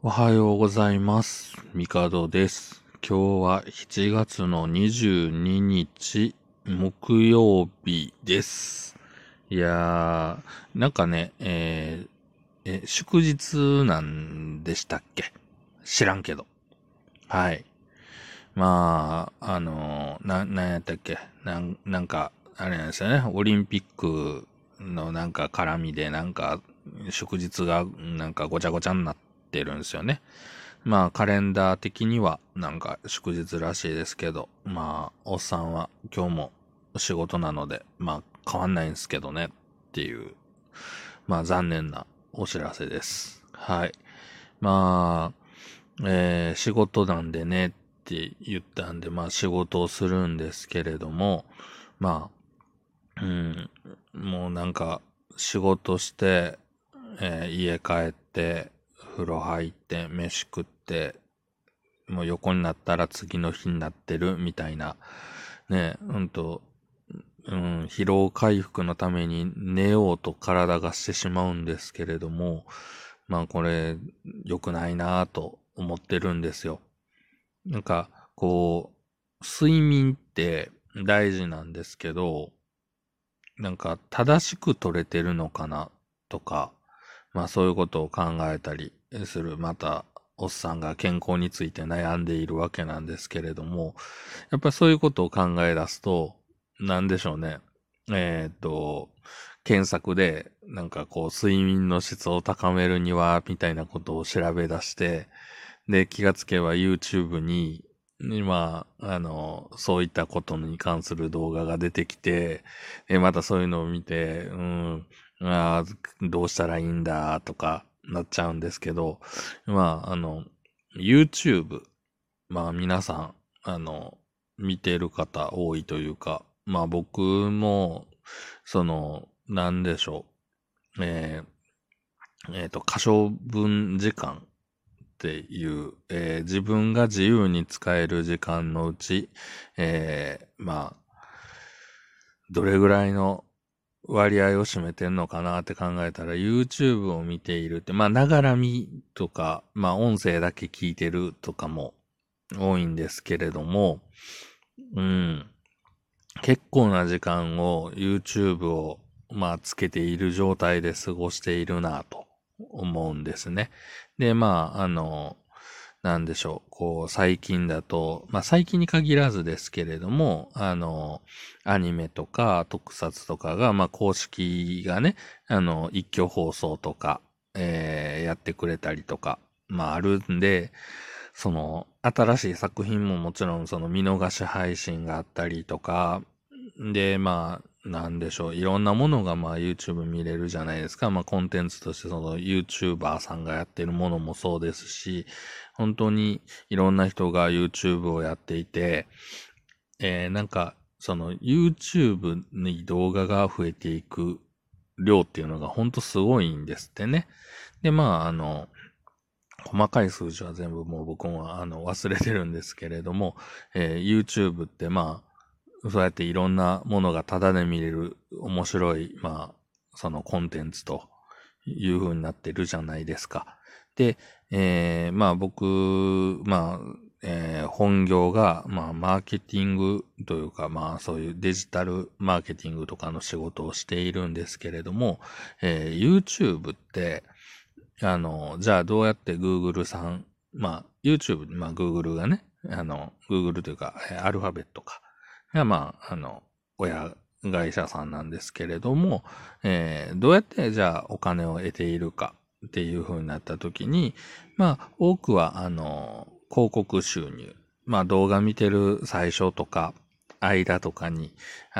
おはようございます。ミカドです。今日は7月の22日木曜日です。いやなんかね、祝日なんでしたっけ？知らんけど。はい。なんやったっけ？なんか、あれなんですよね。オリンピックのなんか絡みで祝日がなんかごちゃごちゃになってるんですよね。カレンダー的にはなんか祝日らしいですけど、おっさんは今日も仕事なので、変わんないんですけどねっていう、残念なお知らせです。はい。ま仕事なんでねって言ったんで、仕事をするんですけれども、まあ、もうなんか仕事して、家帰って、風呂入って、飯食って、もう横になったら次の日になってるみたいな、ね、疲労回復のために寝ようと体がしてしまうんですけれども、これ良くないなぁと思ってるんですよ。なんか、睡眠って大事なんですけど、正しく取れてるのかなとか、そういうことを考えたりする、また、おっさんが健康について悩んでいるわけなんですけれども、やっぱりそういうことを考え出すと、なんでしょうね。えーっと、検索で、睡眠の質を高めるには、みたいなことを調べ出して、で、気がつけば YouTube に、そういったことに関する動画が出てきて、またそういうのを見て、どうしたらいいんだ、とか、なっちゃうんですけど、YouTube、皆さん、見てる方多いというか、僕も、なんでしょう、可処分時間っていう、自分が自由に使える時間のうち、どれぐらいの割合を占めてんのかなって考えたら、YouTube を見ているって、ながら見とか、音声だけ聞いてるとかも多いんですけれども、うん、結構な時間を YouTube を、つけている状態で過ごしているなと思うんですね。で、なんでしょう、最近だと、最近に限らずですけれども、アニメとか特撮とかが、公式がね、一挙放送とか、やってくれたりとか、あるんで、新しい作品ももちろん、見逃し配信があったりとか、で、なんでしょう。いろんなものがYouTube 見れるじゃないですか。コンテンツとしてYouTuber さんがやってるものもそうですし、本当にいろんな人が YouTube をやっていて、YouTube に動画が増えていく量っていうのが本当すごいんですってね。で、細かい数字は全部もう僕も忘れてるんですけれども、YouTube ってそうやっていろんなものがタダで見れる面白い、そのコンテンツという風になってるじゃないですか。で、僕、本業が、マーケティングというか、そういうデジタルマーケティングとかの仕事をしているんですけれども、YouTube って、じゃあどうやって Google さん、YouTube、Google がね、Google というか、アルファベットか。が、親会社さんなんですけれども、どうやってじゃあお金を得ているかっていう風になった時に、多くは、広告収入。動画見てる最初とか、間とかに、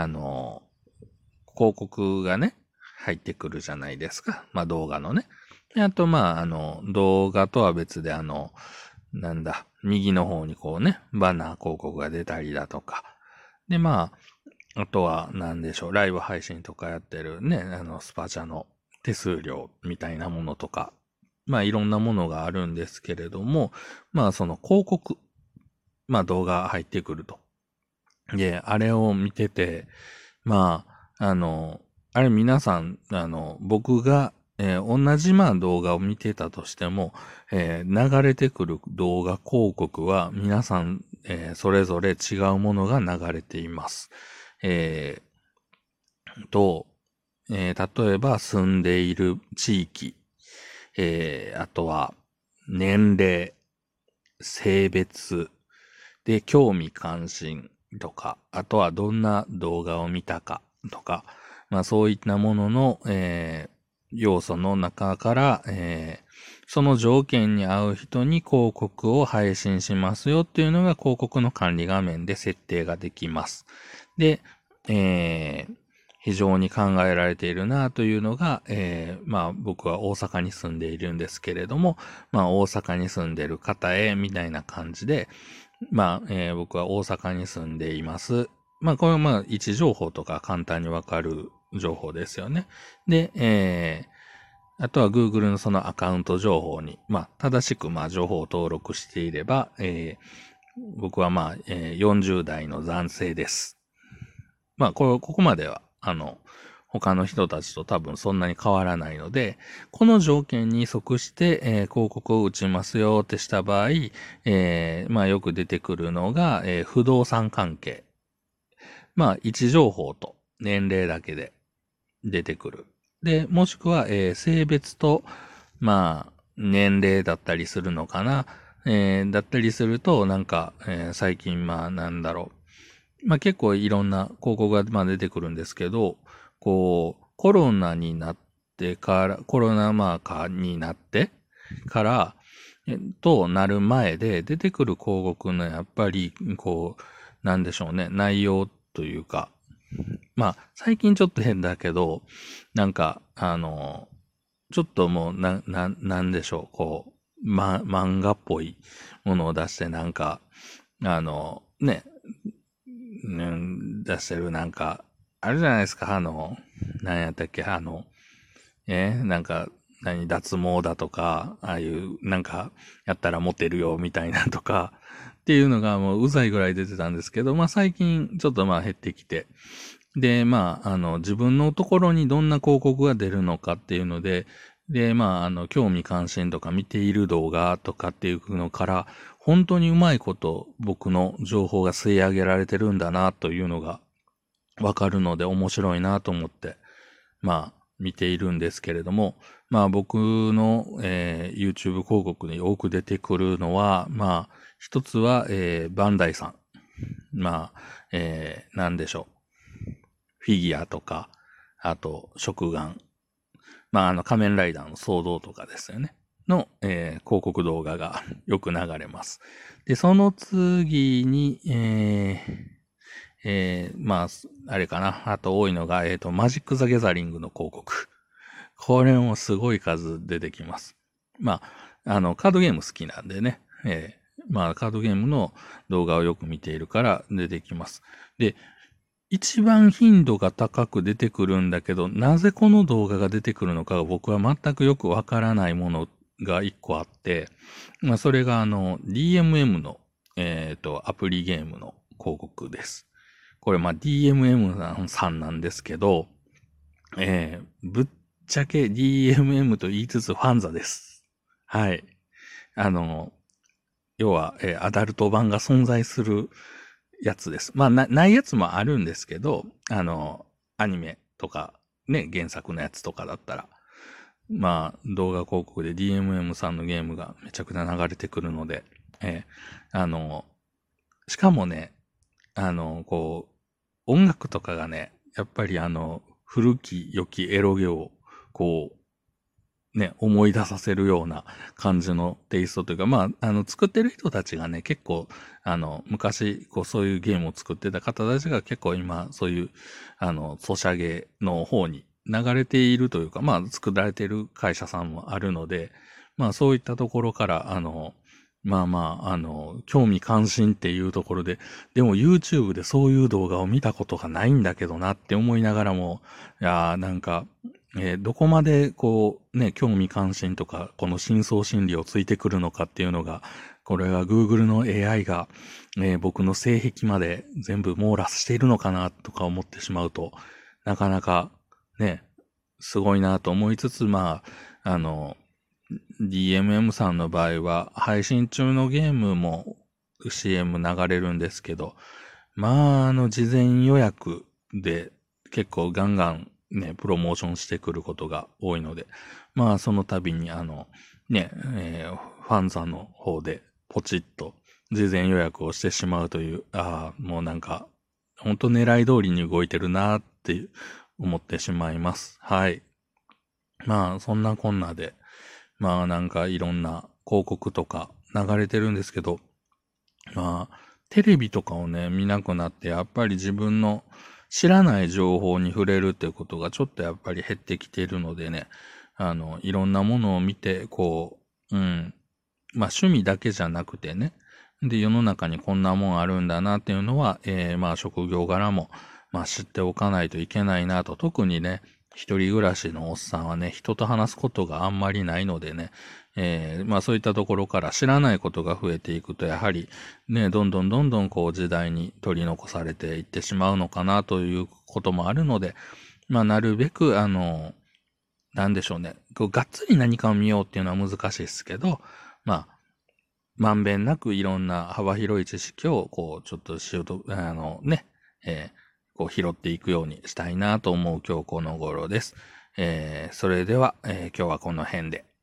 広告がね、入ってくるじゃないですか。動画のね。であと、動画とは別で、右の方にバナー広告が出たりだとか。で、あとは、なんでしょう、ライブ配信とかやってるね、スパチャの手数料みたいなものとか、いろんなものがあるんですけれども、その広告、動画入ってくると。で、あれを見てて、まあ、あれ皆さん、僕が同じ動画を見てたとしても、流れてくる動画広告は皆さん、それぞれ違うものが流れています。例えば住んでいる地域、あとは年齢、性別、で、興味関心とか、あとはどんな動画を見たかとか、そういったものの、要素の中から、その条件に合う人に広告を配信しますよっていうのが広告の管理画面で設定ができます。で、非常に考えられているなというのが、僕は大阪に住んでいるんですけれども、大阪に住んでいる方へみたいな感じで、僕は大阪に住んでいます。これは位置情報とか簡単にわかる情報ですよね。で、あとは Google のそのアカウント情報に、正しく情報を登録していれば、僕は40代の男性です。ここまでは、他の人たちと多分そんなに変わらないので、この条件に即して、広告を打ちますよってした場合、よく出てくるのが、不動産関係。位置情報と年齢だけで出てくる。で、もしくは、性別と、年齢だったりするのかな。だったりすると、最近、結構いろんな広告が出てくるんですけど、コロナになってから、コロナ禍になってから、となる前で出てくる広告のやっぱり、なんでしょうね、内容というか、最近ちょっと変だけど、ちょっともう、なんでしょう、漫画っぽいものを出して、出してるあるじゃないですか、何やったっけ、脱毛だとか、ああいう、やったらモテるよ、みたいなとか、っていうのがもううざいぐらい出てたんですけど、最近ちょっと減ってきて、で、自分のところにどんな広告が出るのかっていうので、で、興味関心とか見ている動画とかっていうのから、本当にうまいこと僕の情報が吸い上げられてるんだなというのがわかるので面白いなと思って、見ているんですけれども、僕の、YouTube 広告に多く出てくるのは、一つは、バンダイさん。なんでしょう。フィギュアとか、あと、食玩。仮面ライダーの騒動とかですよね。の、広告動画がよく流れます。で、その次に、あれかな。あと多いのが、マジック・ザ・ギャザリングの広告。これもすごい数出てきます。カードゲーム好きなんでね。カードゲームの動画をよく見ているから出てきます。で、一番頻度が高く出てくるんだけど、なぜこの動画が出てくるのかが僕は全くよくわからないものが一個あって、それがDMM の、アプリゲームの広告です。これDMM さんなんですけど、ぶっちゃけ DMM と言いつつファンザです。はい。要は、アダルト版が存在するやつです。ないやつもあるんですけど、アニメとか、ね、原作のやつとかだったら、動画広告で DMM さんのゲームがめちゃくちゃ流れてくるので、しかもね、音楽とかがね、やっぱり古き良きエロゲを、思い出させるような感じのテイストというか、作ってる人たちがね、結構、昔、そういうゲームを作ってた方たちが結構今、そういう、ソシャゲの方に流れているというか、作られている会社さんもあるので、そういったところから、興味関心っていうところで、でも YouTube でそういう動画を見たことがないんだけどなって思いながらも、いやどこまで興味関心とか、この深層心理をついてくるのかっていうのが、これは Google の AI が、僕の性癖まで全部網羅しているのかなとか思ってしまうと、なかなかね、 すごいなと思いつつ、DMM さんの場合は、配信中のゲームも CM 流れるんですけど、事前予約で結構ガンガンね、プロモーションしてくることが多いので、その度にファンさんの方でポチッと事前予約をしてしまうという、もうなんか、本当狙い通りに動いてるなって思ってしまいます。はい。そんなこんなで、なんかいろんな広告とか流れてるんですけど、テレビとかをね、見なくなって、やっぱり自分の知らない情報に触れるっていうことがちょっとやっぱり減ってきているのでね、いろんなものを見て、趣味だけじゃなくてね、で、世の中にこんなもんあるんだなっていうのは、職業柄も、知っておかないといけないなと、特にね、一人暮らしのおっさんはね、人と話すことがあんまりないのでね、そういったところから知らないことが増えていくと、やはりね、どんどんこう時代に取り残されていってしまうのかなということもあるので、なるべく、なんでしょうね、がっつり何かを見ようっていうのは難しいですけど、まんべんなくいろんな幅広い知識を、ちょっと拾っていくようにしたいなと思う今日この頃です。それでは、今日はこの辺で。